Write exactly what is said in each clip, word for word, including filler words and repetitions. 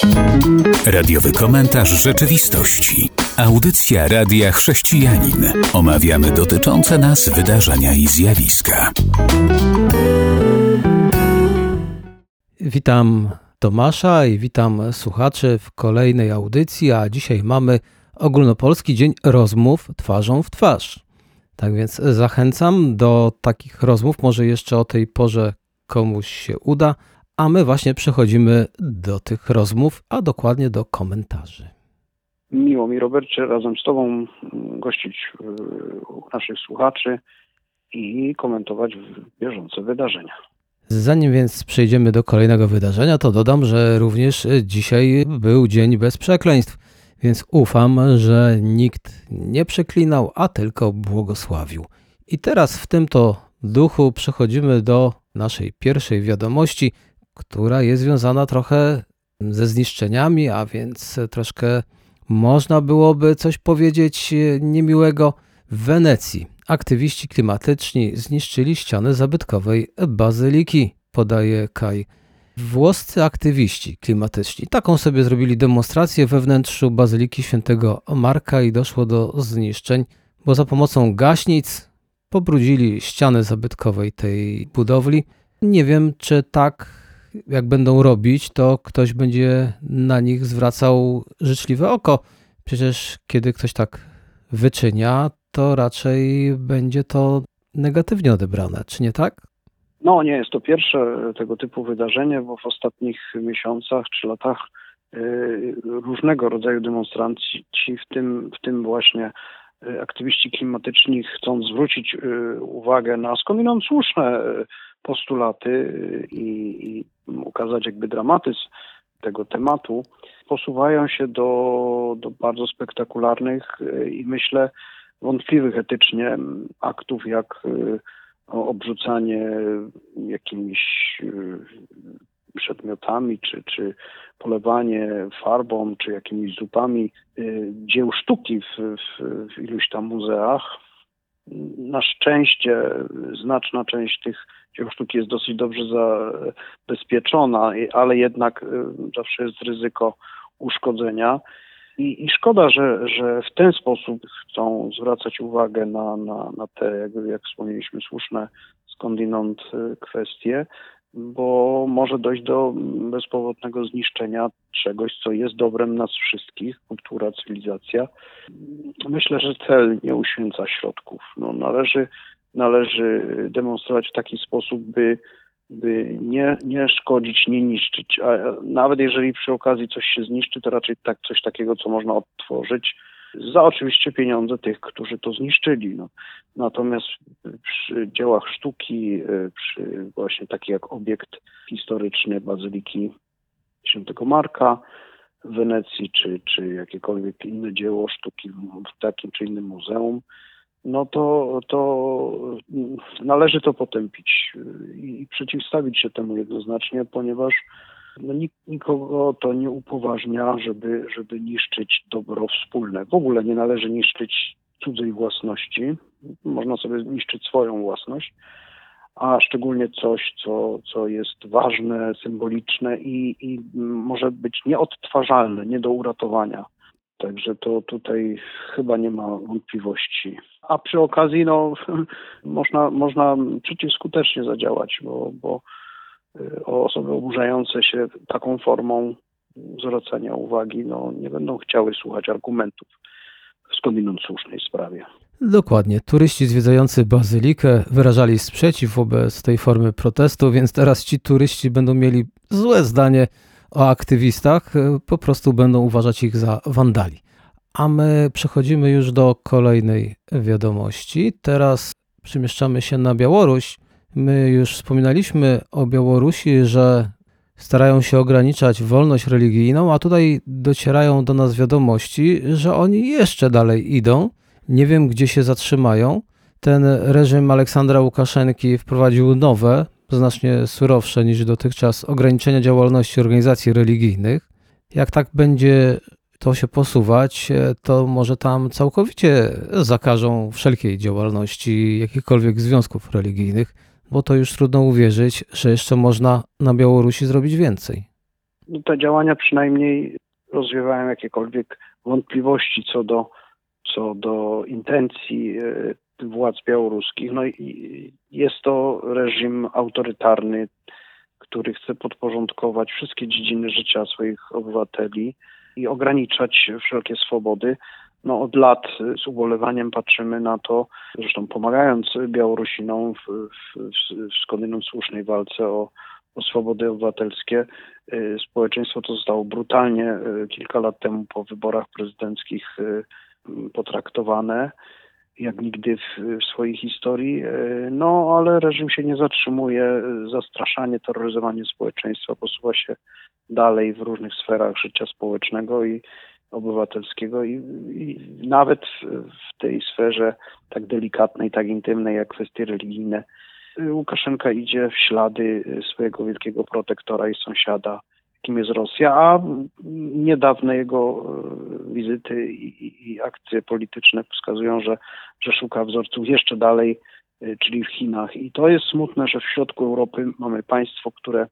Radiowy komentarz rzeczywistości. Audycja Radia Chrześcijanin. Omawiamy dotyczące nas wydarzenia i zjawiska. Witam Tomasza i witam słuchaczy w kolejnej audycji, a dzisiaj mamy Ogólnopolski Dzień Rozmów Twarzą w Twarz. Tak więc zachęcam do takich rozmów, może jeszcze o tej porze komuś się uda, a my właśnie przechodzimy do tych rozmów, a dokładnie do komentarzy. Miło mi, Robercie, razem z Tobą gościć u naszych słuchaczy i komentować bieżące wydarzenia. Zanim więc przejdziemy do kolejnego wydarzenia, to dodam, że również dzisiaj był dzień bez przekleństw, więc ufam, że nikt nie przeklinał, a tylko błogosławił. I teraz w tym to duchu przechodzimy do naszej pierwszej wiadomości, która jest związana trochę ze zniszczeniami, a więc troszkę można byłoby coś powiedzieć niemiłego. W Wenecji aktywiści klimatyczni zniszczyli ścianę zabytkowej bazyliki, podaje Kaj. Włoscy aktywiści klimatyczni taką sobie zrobili demonstrację we wnętrzu bazyliki świętego Marka i doszło do zniszczeń, bo za pomocą gaśnic pobrudzili ścianę zabytkowej tej budowli. Nie wiem, czy tak jak będą robić, to ktoś będzie na nich zwracał życzliwe oko. Przecież kiedy ktoś tak wyczynia, to raczej będzie to negatywnie odebrane, czy nie tak? No, nie jest to pierwsze tego typu wydarzenie, bo w ostatnich miesiącach czy latach yy, różnego rodzaju demonstranci, w tym, w tym właśnie yy, aktywiści klimatyczni, chcąc zwrócić yy, uwagę na skądinąd słuszne yy, postulaty yy, i ukazać jakby dramatyzm tego tematu, posuwają się do, do bardzo spektakularnych yy, i myślę wątpliwych etycznie aktów, jak yy, obrzucanie jakimiś przedmiotami, czy, czy polewanie farbą, czy jakimiś zupami dzieł sztuki w, w, w iluś tam muzeach. Na szczęście znaczna część tych dzieł sztuki jest dosyć dobrze zabezpieczona, ale jednak zawsze jest ryzyko uszkodzenia. I, I szkoda, że, że w ten sposób chcą zwracać uwagę na, na, na te, jak, jak wspomnieliśmy, słuszne skądinąd kwestie, bo może dojść do bezpowodnego zniszczenia czegoś, co jest dobrem nas wszystkich, kultura, cywilizacja. Myślę, że cel nie uświęca środków. No, należy, należy demonstrować w taki sposób, by by nie, nie szkodzić, nie niszczyć. A nawet jeżeli przy okazji coś się zniszczy, to raczej tak, coś takiego, co można odtworzyć za oczywiście pieniądze tych, którzy to zniszczyli. No. Natomiast przy dziełach sztuki, przy właśnie taki jak obiekt historyczny Bazyliki Świętego Marka w Wenecji, czy, czy jakiekolwiek inne dzieło sztuki w takim czy innym muzeum, no to, to należy to potępić i przeciwstawić się temu jednoznacznie, ponieważ no, nikogo to nie upoważnia, żeby, żeby niszczyć dobro wspólne. W ogóle nie należy niszczyć cudzej własności. Można sobie niszczyć swoją własność, a szczególnie coś, co, co jest ważne, symboliczne i, i może być nieodtwarzalne, nie do uratowania. Także to tutaj chyba nie ma wątpliwości. A przy okazji no, można, można przeciwskutecznie zadziałać, bo, bo osoby oburzające się taką formą zwracania uwagi no, nie będą chciały słuchać argumentów w skądinąd słusznej sprawie. Dokładnie. Turyści zwiedzający bazylikę wyrażali sprzeciw wobec tej formy protestu, więc teraz ci turyści będą mieli złe zdanie o aktywistach, po prostu będą uważać ich za wandali. A my przechodzimy już do kolejnej wiadomości. Teraz przemieszczamy się na Białoruś. My już wspominaliśmy o Białorusi, że starają się ograniczać wolność religijną, a tutaj docierają do nas wiadomości, że oni jeszcze dalej idą. Nie wiem, gdzie się zatrzymają. Ten reżim Aleksandra Łukaszenki wprowadził nowe, znacznie surowsze niż dotychczas ograniczenia działalności organizacji religijnych. Jak tak będzie to się posuwać, to może tam całkowicie zakażą wszelkiej działalności jakichkolwiek związków religijnych, bo to już trudno uwierzyć, że jeszcze można na Białorusi zrobić więcej. no, te działania przynajmniej rozwiewają jakiekolwiek wątpliwości co do, co do intencji władz białoruskich. No i jest to reżim autorytarny, który chce podporządkować wszystkie dziedziny życia swoich obywateli i ograniczać wszelkie swobody. No od lat z ubolewaniem patrzymy na to, zresztą pomagając Białorusinom w, w, w skądinąd słusznej walce o, o swobody obywatelskie. Społeczeństwo to zostało brutalnie kilka lat temu po wyborach prezydenckich potraktowane jak nigdy w, w swojej historii. No ale reżim się nie zatrzymuje. Zastraszanie, terroryzowanie społeczeństwa posuwa się dalej w różnych sferach życia społecznego i obywatelskiego i, i nawet w, w tej sferze tak delikatnej, tak intymnej jak kwestie religijne. Łukaszenka idzie w ślady swojego wielkiego protektora i sąsiada, jakim jest Rosja, a niedawne jego wizyty i, i akcje polityczne wskazują, że, że szuka wzorców jeszcze dalej, czyli w Chinach. I to jest smutne, że w środku Europy mamy państwo, które,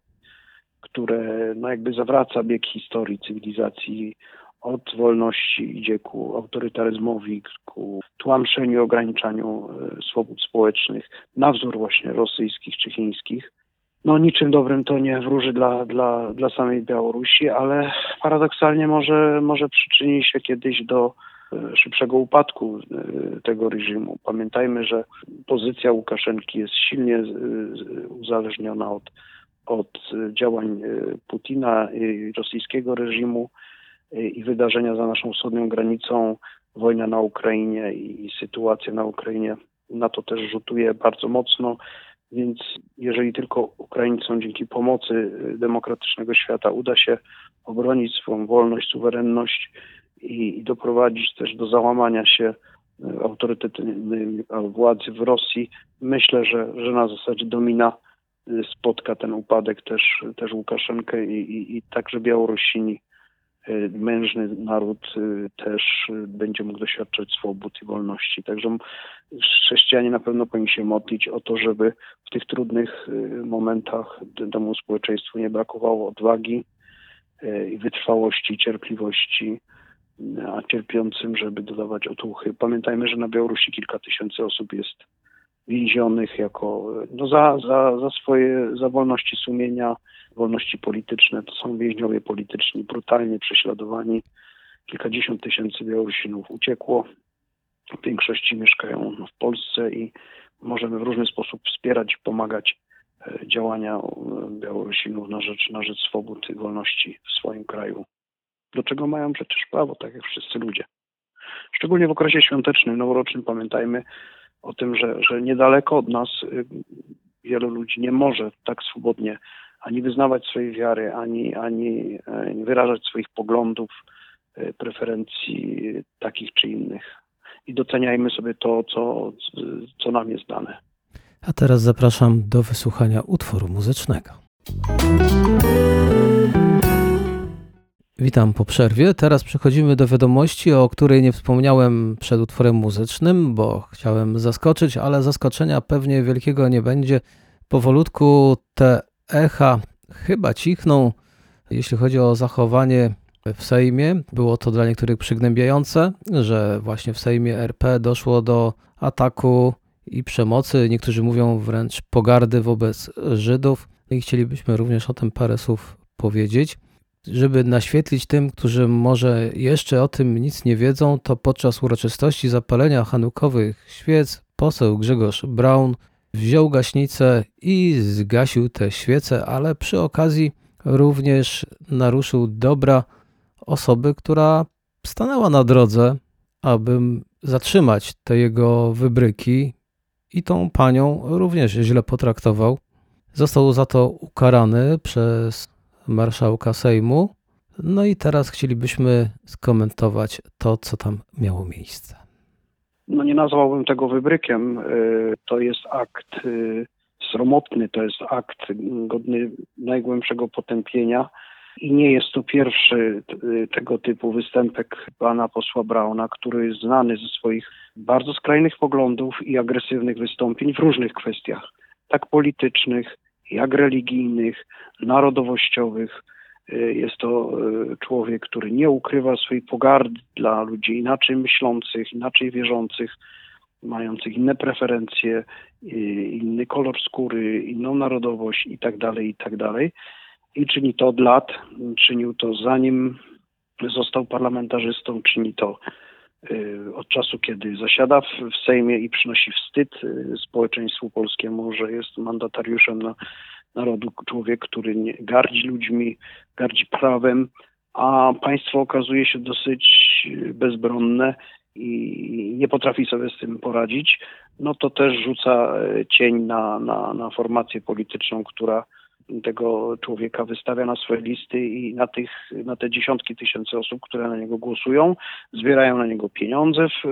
które no jakby zawraca bieg historii cywilizacji. Od wolności idzie ku autorytaryzmowi, ku tłamszeniu i ograniczaniu swobód społecznych na wzór właśnie rosyjskich czy chińskich. No niczym dobrym to nie wróży dla, dla, dla samej Białorusi, ale paradoksalnie może, może przyczyni się kiedyś do szybszego upadku tego reżimu. Pamiętajmy, że pozycja Łukaszenki jest silnie uzależniona od, od działań Putina i rosyjskiego reżimu i wydarzenia za naszą wschodnią granicą, wojna na Ukrainie i sytuacja na Ukrainie na to też rzutuje bardzo mocno, więc jeżeli tylko Ukraińcom dzięki pomocy demokratycznego świata uda się obronić swoją wolność, suwerenność i, i doprowadzić też do załamania się autorytetnej władzy w Rosji, myślę, że, że na zasadzie domina spotka ten upadek też, też Łukaszenkę i, i, i także Białorusini. Mężny naród też będzie mógł doświadczać swobód i wolności. Także chrześcijanie na pewno powinni się modlić o to, żeby w tych trudnych momentach temu społeczeństwu nie brakowało odwagi i wytrwałości, cierpliwości, a cierpiącym, żeby dodawać otuchy. Pamiętajmy, że na Białorusi kilka tysięcy osób jest więzionych jako no za, za, za swoje za wolności sumienia, wolności polityczne. To są więźniowie polityczni, brutalnie prześladowani. Kilkadziesiąt tysięcy Białorusinów uciekło. W większości mieszkają w Polsce i możemy w różny sposób wspierać i pomagać działania Białorusinów na rzecz, na rzecz swobód i wolności w swoim kraju. Do czego mają przecież prawo, tak jak wszyscy ludzie. Szczególnie w okresie świątecznym, noworocznym pamiętajmy o tym, że, że niedaleko od nas wielu ludzi nie może tak swobodnie ani wyznawać swojej wiary, ani, ani wyrażać swoich poglądów, preferencji takich czy innych. I doceniajmy sobie to, co, co nam jest dane. A teraz zapraszam do wysłuchania utworu muzycznego. Witam po przerwie. Teraz przechodzimy do wiadomości, o której nie wspomniałem przed utworem muzycznym, bo chciałem zaskoczyć, ale zaskoczenia pewnie wielkiego nie będzie. Powolutku te echa chyba cichną, jeśli chodzi o zachowanie w Sejmie. Było to dla niektórych przygnębiające, że właśnie w Sejmie R P doszło do ataku i przemocy. Niektórzy mówią wręcz pogardy wobec Żydów i chcielibyśmy również o tym parę słów powiedzieć. Żeby naświetlić tym, którzy może jeszcze o tym nic nie wiedzą, to podczas uroczystości zapalenia chanukowych świec poseł Grzegorz Braun wziął gaśnicę i zgasił te świece, ale przy okazji również naruszył dobra osoby, która stanęła na drodze, aby zatrzymać te jego wybryki i tą panią również źle potraktował. Został za to ukarany przez marszałka Sejmu. No i teraz chcielibyśmy skomentować to, co tam miało miejsce. No nie nazwałbym tego wybrykiem. To jest akt sromotny, to jest akt godny najgłębszego potępienia i nie jest to pierwszy tego typu występek pana posła Brauna, który jest znany ze swoich bardzo skrajnych poglądów i agresywnych wystąpień w różnych kwestiach, tak politycznych, jak religijnych, narodowościowych. Jest to człowiek, który nie ukrywa swojej pogardy dla ludzi inaczej myślących, inaczej wierzących, mających inne preferencje, inny kolor skóry, inną narodowość i tak dalej, i tak dalej. I czyni to od lat, czynił to zanim został parlamentarzystą, czyni to od czasu, kiedy zasiada w, w Sejmie i przynosi wstyd społeczeństwu polskiemu, że jest mandatariuszem na narodu, człowiek, który nie, gardzi ludźmi, gardzi prawem, a państwo okazuje się dosyć bezbronne i nie potrafi sobie z tym poradzić, no to też rzuca cień na, na, na formację polityczną, która tego człowieka wystawia na swoje listy i na, tych, na te dziesiątki tysięcy osób, które na niego głosują, zbierają na niego pieniądze w,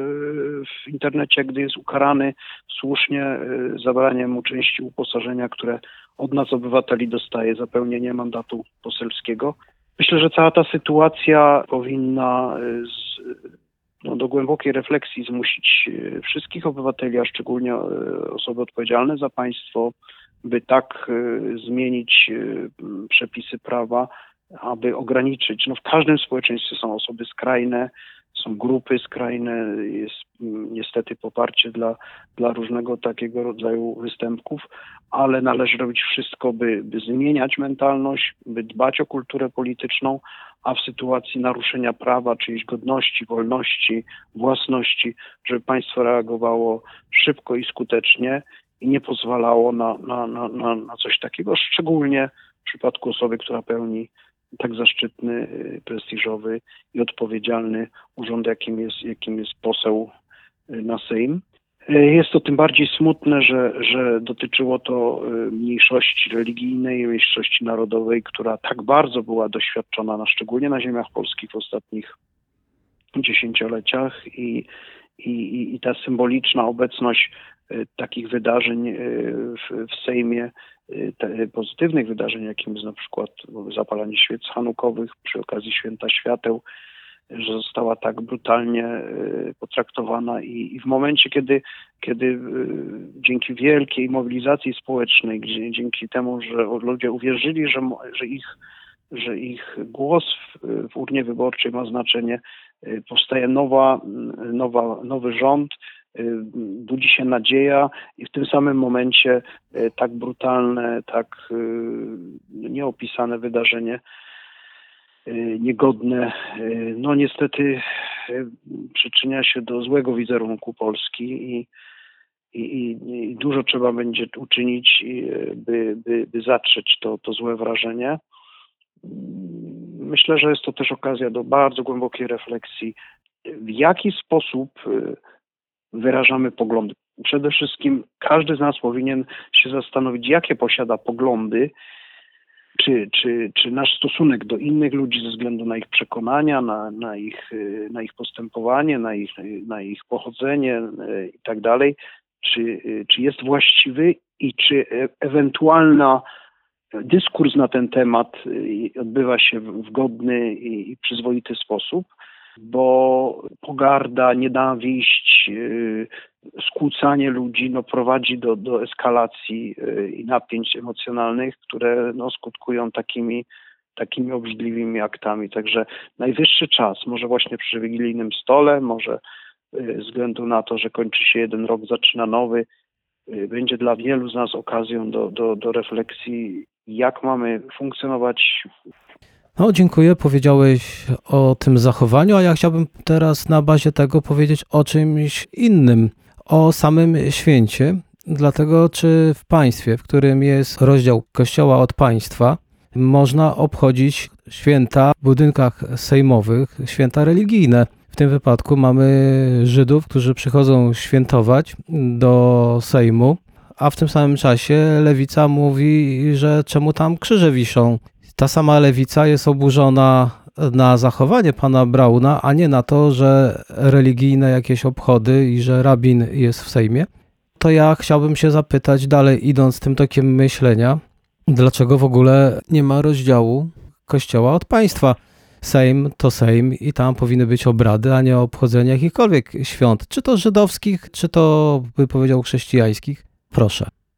w internecie, gdy jest ukarany słusznie zabraniem mu części uposażenia, które od nas obywateli dostaje za pełnienie mandatu poselskiego. Myślę, że cała ta sytuacja powinna z, no, do głębokiej refleksji zmusić wszystkich obywateli, a szczególnie osoby odpowiedzialne za państwo, by tak y, zmienić y, przepisy prawa, aby ograniczyć. No w każdym społeczeństwie są osoby skrajne, są grupy skrajne, jest y, niestety poparcie dla, dla różnego takiego rodzaju występków, ale należy robić wszystko, by, by zmieniać mentalność, by dbać o kulturę polityczną, a w sytuacji naruszenia prawa, czyjejś godności, wolności, własności, żeby państwo reagowało szybko i skutecznie i nie pozwalało na, na, na, na, na coś takiego, szczególnie w przypadku osoby, która pełni tak zaszczytny, prestiżowy i odpowiedzialny urząd, jakim jest, jakim jest poseł na Sejm. Jest to tym bardziej smutne, że, że dotyczyło to mniejszości religijnej, mniejszości narodowej, która tak bardzo była doświadczona, na, szczególnie na ziemiach polskich w ostatnich dziesięcioleciach i, i, i ta symboliczna obecność takich wydarzeń w, w Sejmie, te pozytywnych wydarzeń, jakim jest na przykład zapalanie świec chanukowych przy okazji Święta Świateł, że została tak brutalnie potraktowana i, i w momencie, kiedy, kiedy dzięki wielkiej mobilizacji społecznej, gdzie, dzięki temu, że ludzie uwierzyli, że, że, ich, że ich głos w, w urnie wyborczej ma znaczenie, powstaje nowa, nowa, nowy rząd, budzi się nadzieja i w tym samym momencie tak brutalne, tak nieopisane wydarzenie, niegodne, no niestety przyczynia się do złego wizerunku Polski i, i, i dużo trzeba będzie uczynić, by, by, by zatrzeć to, to złe wrażenie. Myślę, że jest to też okazja do bardzo głębokiej refleksji, w jaki sposób wyrażamy poglądy. Przede wszystkim każdy z nas powinien się zastanowić, jakie posiada poglądy, czy, czy, czy nasz stosunek do innych ludzi ze względu na ich przekonania, na, na, ich, na ich postępowanie, na ich, na ich pochodzenie i tak dalej, czy, czy jest właściwy i czy ewentualna dyskurs na ten temat odbywa się w godny i przyzwoity sposób, bo pogarda, nienawiść, skłócanie ludzi no, prowadzi do, do eskalacji i napięć emocjonalnych, które no, skutkują takimi, takimi obrzydliwymi aktami. Także najwyższy czas, może właśnie przy wigilijnym stole, może ze względu na to, że kończy się jeden rok, zaczyna nowy, będzie dla wielu z nas okazją do, do, do refleksji, jak mamy funkcjonować. No, dziękuję. Powiedziałeś o tym zachowaniu, a ja chciałbym teraz na bazie tego powiedzieć o czymś innym, o samym święcie. Dlatego, czy w państwie, w którym jest rozdział Kościoła od państwa, można obchodzić święta w budynkach sejmowych, święta religijne. W tym wypadku mamy Żydów, którzy przychodzą świętować do Sejmu, a w tym samym czasie lewica mówi, że czemu tam krzyże wiszą. Ta sama lewica jest oburzona na zachowanie pana Brauna, a nie na to, że religijne jakieś obchody i że rabin jest w Sejmie. To ja chciałbym się zapytać dalej, idąc tym tokiem myślenia, dlaczego w ogóle nie ma rozdziału Kościoła od państwa? Sejm to Sejm i tam powinny być obrady, a nie obchodzenie jakichkolwiek świąt, czy to żydowskich, czy to, by powiedział, chrześcijańskich. Proszę.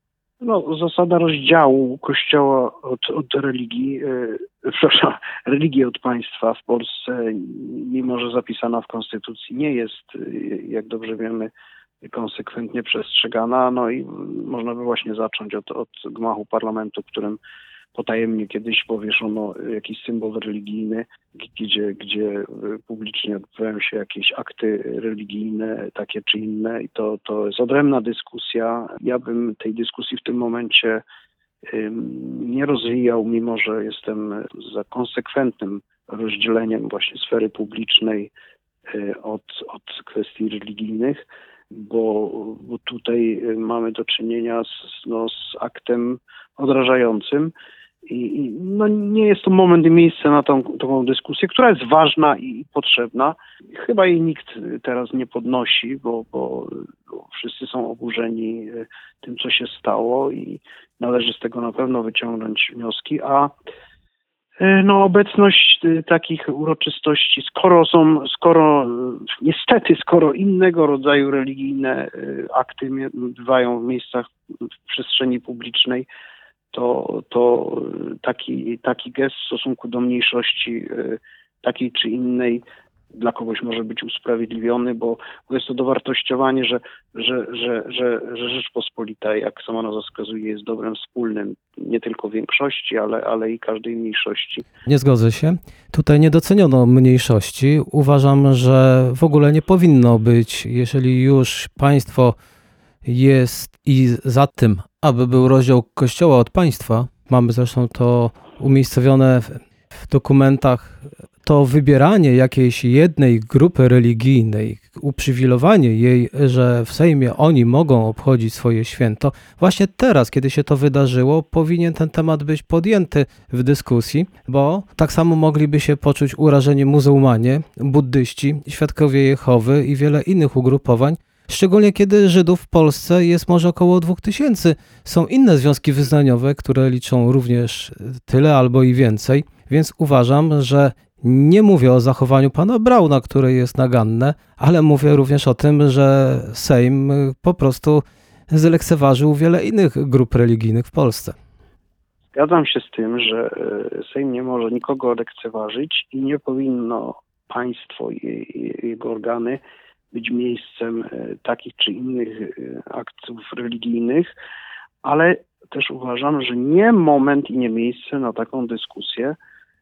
No, zasada rozdziału Kościoła od, od religii, yy, przepraszam, religii od państwa w Polsce, mimo że zapisana w Konstytucji, nie jest, yy, jak dobrze wiemy, konsekwentnie przestrzegana. No i można by właśnie zacząć od, od gmachu parlamentu, w którym potajemnie kiedyś powieszono jakiś symbol religijny, gdzie, gdzie publicznie odbywają się jakieś akty religijne, takie czy inne, i to, to jest odrębna dyskusja. Ja bym tej dyskusji w tym momencie nie rozwijał, mimo że jestem za konsekwentnym rozdzieleniem właśnie sfery publicznej od, od kwestii religijnych, bo, bo tutaj mamy do czynienia z, no, z aktem odrażającym. I, i no nie jest to moment i miejsce na tą, tą dyskusję, która jest ważna i potrzebna. Chyba jej nikt teraz nie podnosi, bo, bo, bo wszyscy są oburzeni tym, co się stało, i należy z tego na pewno wyciągnąć wnioski, a no, obecność takich uroczystości, skoro są, skoro niestety, skoro innego rodzaju religijne akty bywają w miejscach, w przestrzeni publicznej, to, to taki, taki gest w stosunku do mniejszości takiej czy innej dla kogoś może być usprawiedliwiony, bo jest to dowartościowanie, że, że, że, że, że Rzeczpospolita, jak sama nazwa wskazuje, jest dobrem wspólnym nie tylko większości, ale, ale i każdej mniejszości. Nie zgodzę się. Tutaj nie doceniono mniejszości. Uważam, że w ogóle nie powinno być, jeżeli już państwo jest i za tym, aby był rozdział Kościoła od państwa. Mamy zresztą to umiejscowione w, w dokumentach. To wybieranie jakiejś jednej grupy religijnej, uprzywilejowanie jej, że w Sejmie oni mogą obchodzić swoje święto, właśnie teraz, kiedy się to wydarzyło, powinien ten temat być podjęty w dyskusji, bo tak samo mogliby się poczuć urażeni muzułmanie, buddyści, świadkowie Jehowy i wiele innych ugrupowań, szczególnie kiedy Żydów w Polsce jest może około dwóch tysięcy. Są inne związki wyznaniowe, które liczą również tyle albo i więcej, więc uważam, że nie mówię o zachowaniu pana Brauna, które jest naganne, ale mówię również o tym, że Sejm po prostu zlekceważył wiele innych grup religijnych w Polsce. Zgadzam się z tym, że Sejm nie może nikogo lekceważyć i nie powinno państwo i jego organy być miejscem takich czy innych aktów religijnych, ale też uważam, że nie moment i nie miejsce na taką dyskusję,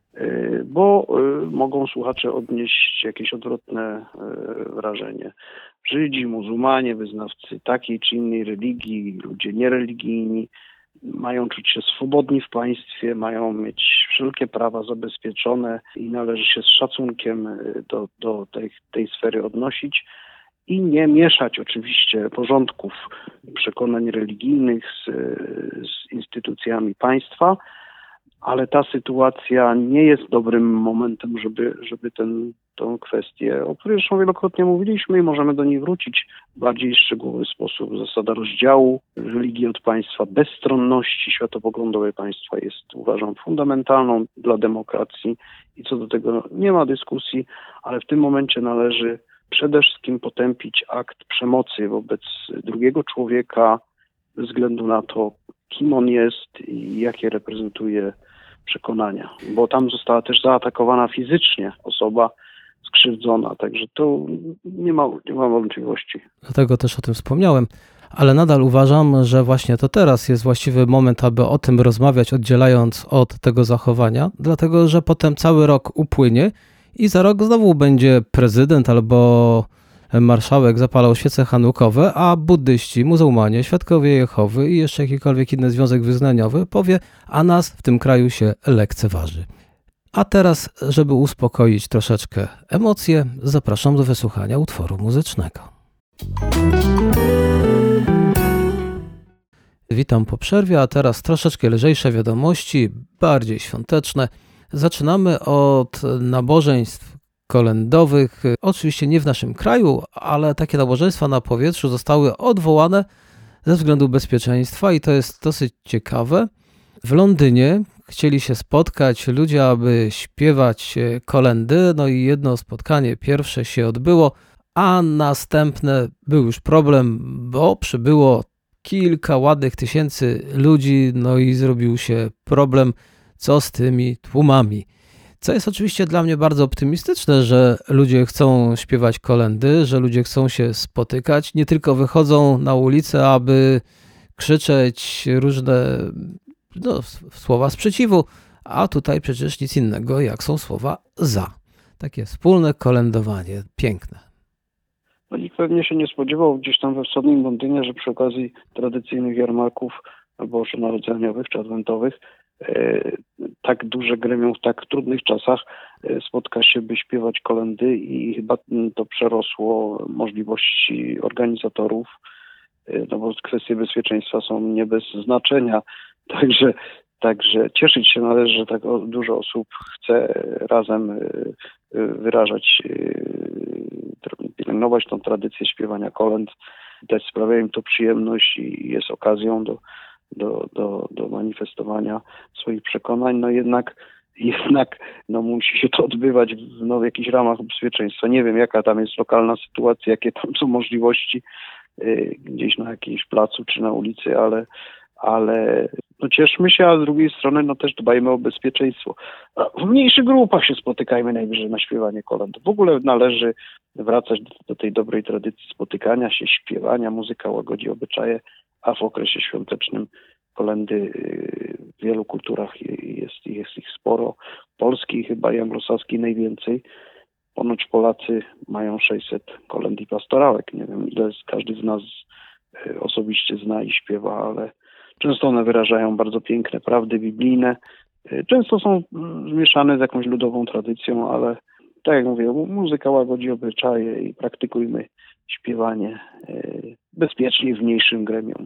bo mogą słuchacze odnieść jakieś odwrotne wrażenie. Żydzi, muzułmanie, wyznawcy takiej czy innej religii, ludzie niereligijni mają czuć się swobodni w państwie, mają mieć wszelkie prawa zabezpieczone i należy się z szacunkiem do, do tej, tej sfery odnosić i nie mieszać oczywiście porządków przekonań religijnych z, z instytucjami państwa, ale ta sytuacja nie jest dobrym momentem, żeby, żeby ten, tę kwestię, o której zresztą wielokrotnie mówiliśmy i możemy do niej wrócić w bardziej szczegółowy sposób. Zasada rozdziału religii od państwa, bezstronności światopoglądowej państwa jest, uważam, fundamentalną dla demokracji i co do tego nie ma dyskusji, ale w tym momencie należy przede wszystkim potępić akt przemocy wobec drugiego człowieka ze względu na to, kim on jest i jakie reprezentuje przekonania, bo tam została też zaatakowana fizycznie osoba skrzywdzona, także to nie ma, nie ma wątpliwości. Dlatego też o tym wspomniałem, ale nadal uważam, że właśnie to teraz jest właściwy moment, aby o tym rozmawiać, oddzielając od tego zachowania, dlatego że potem cały rok upłynie i za rok znowu będzie prezydent albo marszałek zapalał świece chanukowe, a buddyści, muzułmanie, świadkowie Jehowy i jeszcze jakikolwiek inny związek wyznaniowy powie, a nas w tym kraju się lekceważy. A teraz, żeby uspokoić troszeczkę emocje, zapraszam do wysłuchania utworu muzycznego. Witam po przerwie, a teraz troszeczkę lżejsze wiadomości, bardziej świąteczne. Zaczynamy od nabożeństw kolędowych. Oczywiście nie w naszym kraju, ale takie nabożeństwa na powietrzu zostały odwołane ze względu bezpieczeństwa i to jest dosyć ciekawe. W Londynie chcieli się spotkać ludzie, aby śpiewać kolędy, no i jedno spotkanie pierwsze się odbyło, a następne był już problem, bo przybyło kilka ładnych tysięcy ludzi, no i zrobił się problem, co z tymi tłumami. Co jest oczywiście dla mnie bardzo optymistyczne, że ludzie chcą śpiewać kolędy, że ludzie chcą się spotykać, nie tylko wychodzą na ulicę, aby krzyczeć różne no, słowa sprzeciwu, a tutaj przecież nic innego, jak są słowa za. Takie wspólne kolędowanie, piękne. No, nikt pewnie się nie spodziewał gdzieś tam we wschodnim Londynie, że przy okazji tradycyjnych jarmarków albo bożonarodzeniowych czy adwentowych e, tak duże gremium w tak trudnych czasach e, spotka się, by śpiewać kolędy i chyba to przerosło możliwości organizatorów, e, no bo kwestie bezpieczeństwa są nie bez znaczenia. Także, także cieszyć się należy, że tak dużo osób chce razem wyrażać, pielęgnować tą tradycję śpiewania kolęd. Też sprawia im to przyjemność i jest okazją do, do, do, do manifestowania swoich przekonań. No jednak, jednak no musi się to odbywać w, no, w jakichś ramach bezpieczeństwa. Nie wiem, jaka tam jest lokalna sytuacja, jakie tam są możliwości gdzieś na jakimś placu czy na ulicy, ale ale no cieszmy się, a z drugiej strony no też dbajmy o bezpieczeństwo. W mniejszych grupach się spotykajmy najwyżej na śpiewanie kolęd. W ogóle należy wracać do, do tej dobrej tradycji spotykania się, śpiewania, muzyka łagodzi obyczaje, a w okresie świątecznym kolędy w wielu kulturach jest, jest ich sporo. Polskiej chyba i anglosaskiej najwięcej. Ponoć Polacy mają sześćset kolęd i pastorałek. Nie wiem, ile każdy z nas osobiście zna i śpiewa, ale często one wyrażają bardzo piękne prawdy biblijne. Często są zmieszane z jakąś ludową tradycją, ale tak jak mówię, muzyka łagodzi obyczaje i praktykujmy śpiewanie bezpiecznie w mniejszym gremium.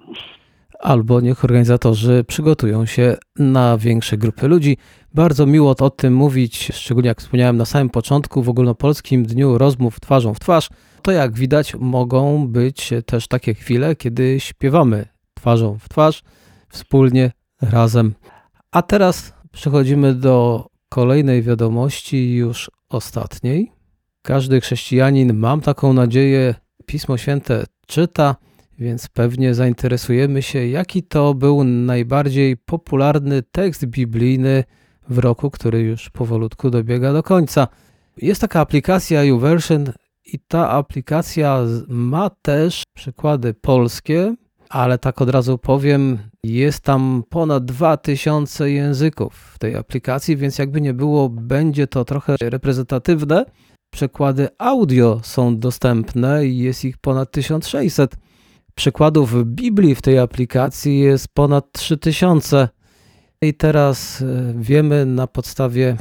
Albo niech organizatorzy przygotują się na większe grupy ludzi. Bardzo miło o tym mówić, szczególnie jak wspomniałem na samym początku, w Ogólnopolskim Dniu Rozmów Twarzą w Twarz. To jak widać mogą być też takie chwile, kiedy śpiewamy twarzą w twarz, wspólnie, razem. A teraz przechodzimy do kolejnej wiadomości, już ostatniej. Każdy chrześcijanin, mam taką nadzieję, Pismo Święte czyta, więc pewnie zainteresujemy się, jaki to był najbardziej popularny tekst biblijny w roku, który już powolutku dobiega do końca. Jest taka aplikacja YouVersion i ta aplikacja ma też przykłady polskie, ale tak od razu powiem, jest tam ponad dwa tysiące języków w tej aplikacji, więc jakby nie było, będzie to trochę reprezentatywne. Przykłady audio są dostępne i jest ich ponad tysiąc sześćset. Przykładów Biblii w tej aplikacji jest ponad trzy tysiące. I teraz wiemy na podstawie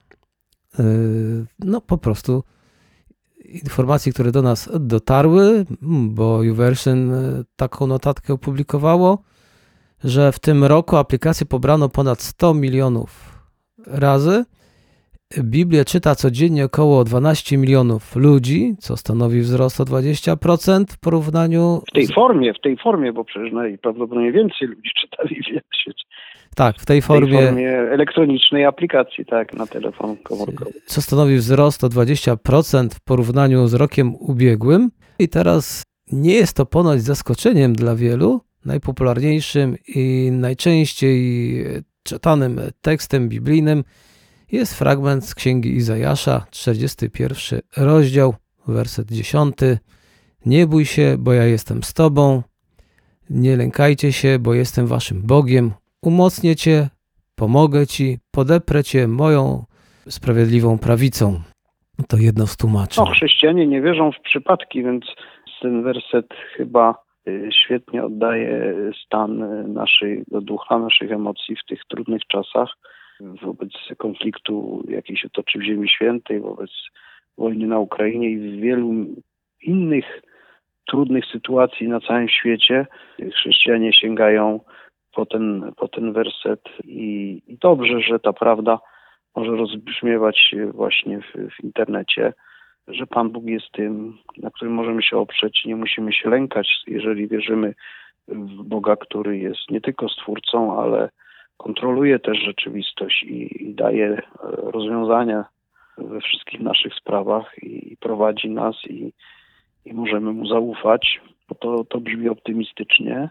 no po prostu informacji, które do nas dotarły, bo YouVersion taką notatkę opublikowało, że w tym roku aplikację pobrano ponad sto milionów razy. Biblię czyta codziennie około dwanaście milionów ludzi, co stanowi wzrost o dwadzieścia procent w porównaniu... W tej formie, w tej formie, bo przecież najprawdopodobniej więcej ludzi czytali więcej. Tak, w tej formie... W tej formie elektronicznej aplikacji, tak, na telefon komórkowy. Co stanowi wzrost o dwadzieścia procent w porównaniu z rokiem ubiegłym. I teraz nie jest to ponoć zaskoczeniem dla wielu. Najpopularniejszym i najczęściej czytanym tekstem biblijnym jest fragment z Księgi Izajasza, czterdziesty pierwszy rozdział, werset dziesiąty. Nie bój się, bo ja jestem z tobą. Nie lękajcie się, bo jestem waszym Bogiem. Umocnię cię, pomogę ci, podeprę cię moją sprawiedliwą prawicą. To jedno z tłumaczeń. No, chrześcijanie nie wierzą w przypadki, więc ten werset chyba świetnie oddaje stan naszego ducha, naszych emocji w tych trudnych czasach. Wobec konfliktu, jaki się toczy w Ziemi Świętej, wobec wojny na Ukrainie i w wielu innych trudnych sytuacji na całym świecie, chrześcijanie sięgają po ten, po ten werset i, i dobrze, że ta prawda może rozbrzmiewać właśnie w, w internecie, że Pan Bóg jest tym, na którym możemy się oprzeć, nie musimy się lękać, jeżeli wierzymy w Boga, który jest nie tylko Stwórcą, ale kontroluje też rzeczywistość i, i daje rozwiązania we wszystkich naszych sprawach i, i prowadzi nas i, i możemy Mu zaufać, bo to, to brzmi optymistycznie.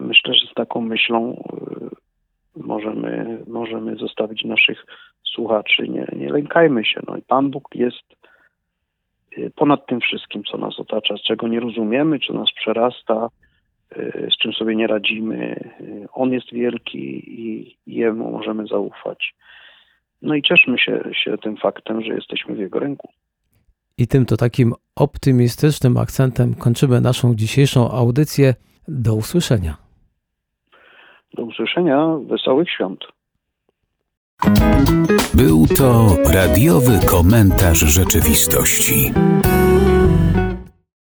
myślę, że z taką myślą możemy, możemy zostawić naszych słuchaczy. Nie, nie lękajmy się. No i Pan Bóg jest ponad tym wszystkim, co nas otacza, z czego nie rozumiemy, co nas przerasta, z czym sobie nie radzimy. On jest wielki i Jemu możemy zaufać. No i cieszmy się, się tym faktem, że jesteśmy w Jego ręku. I tym to takim optymistycznym akcentem kończymy naszą dzisiejszą audycję. Do usłyszenia. Do usłyszenia. Wesołych świąt. Był to radiowy komentarz rzeczywistości.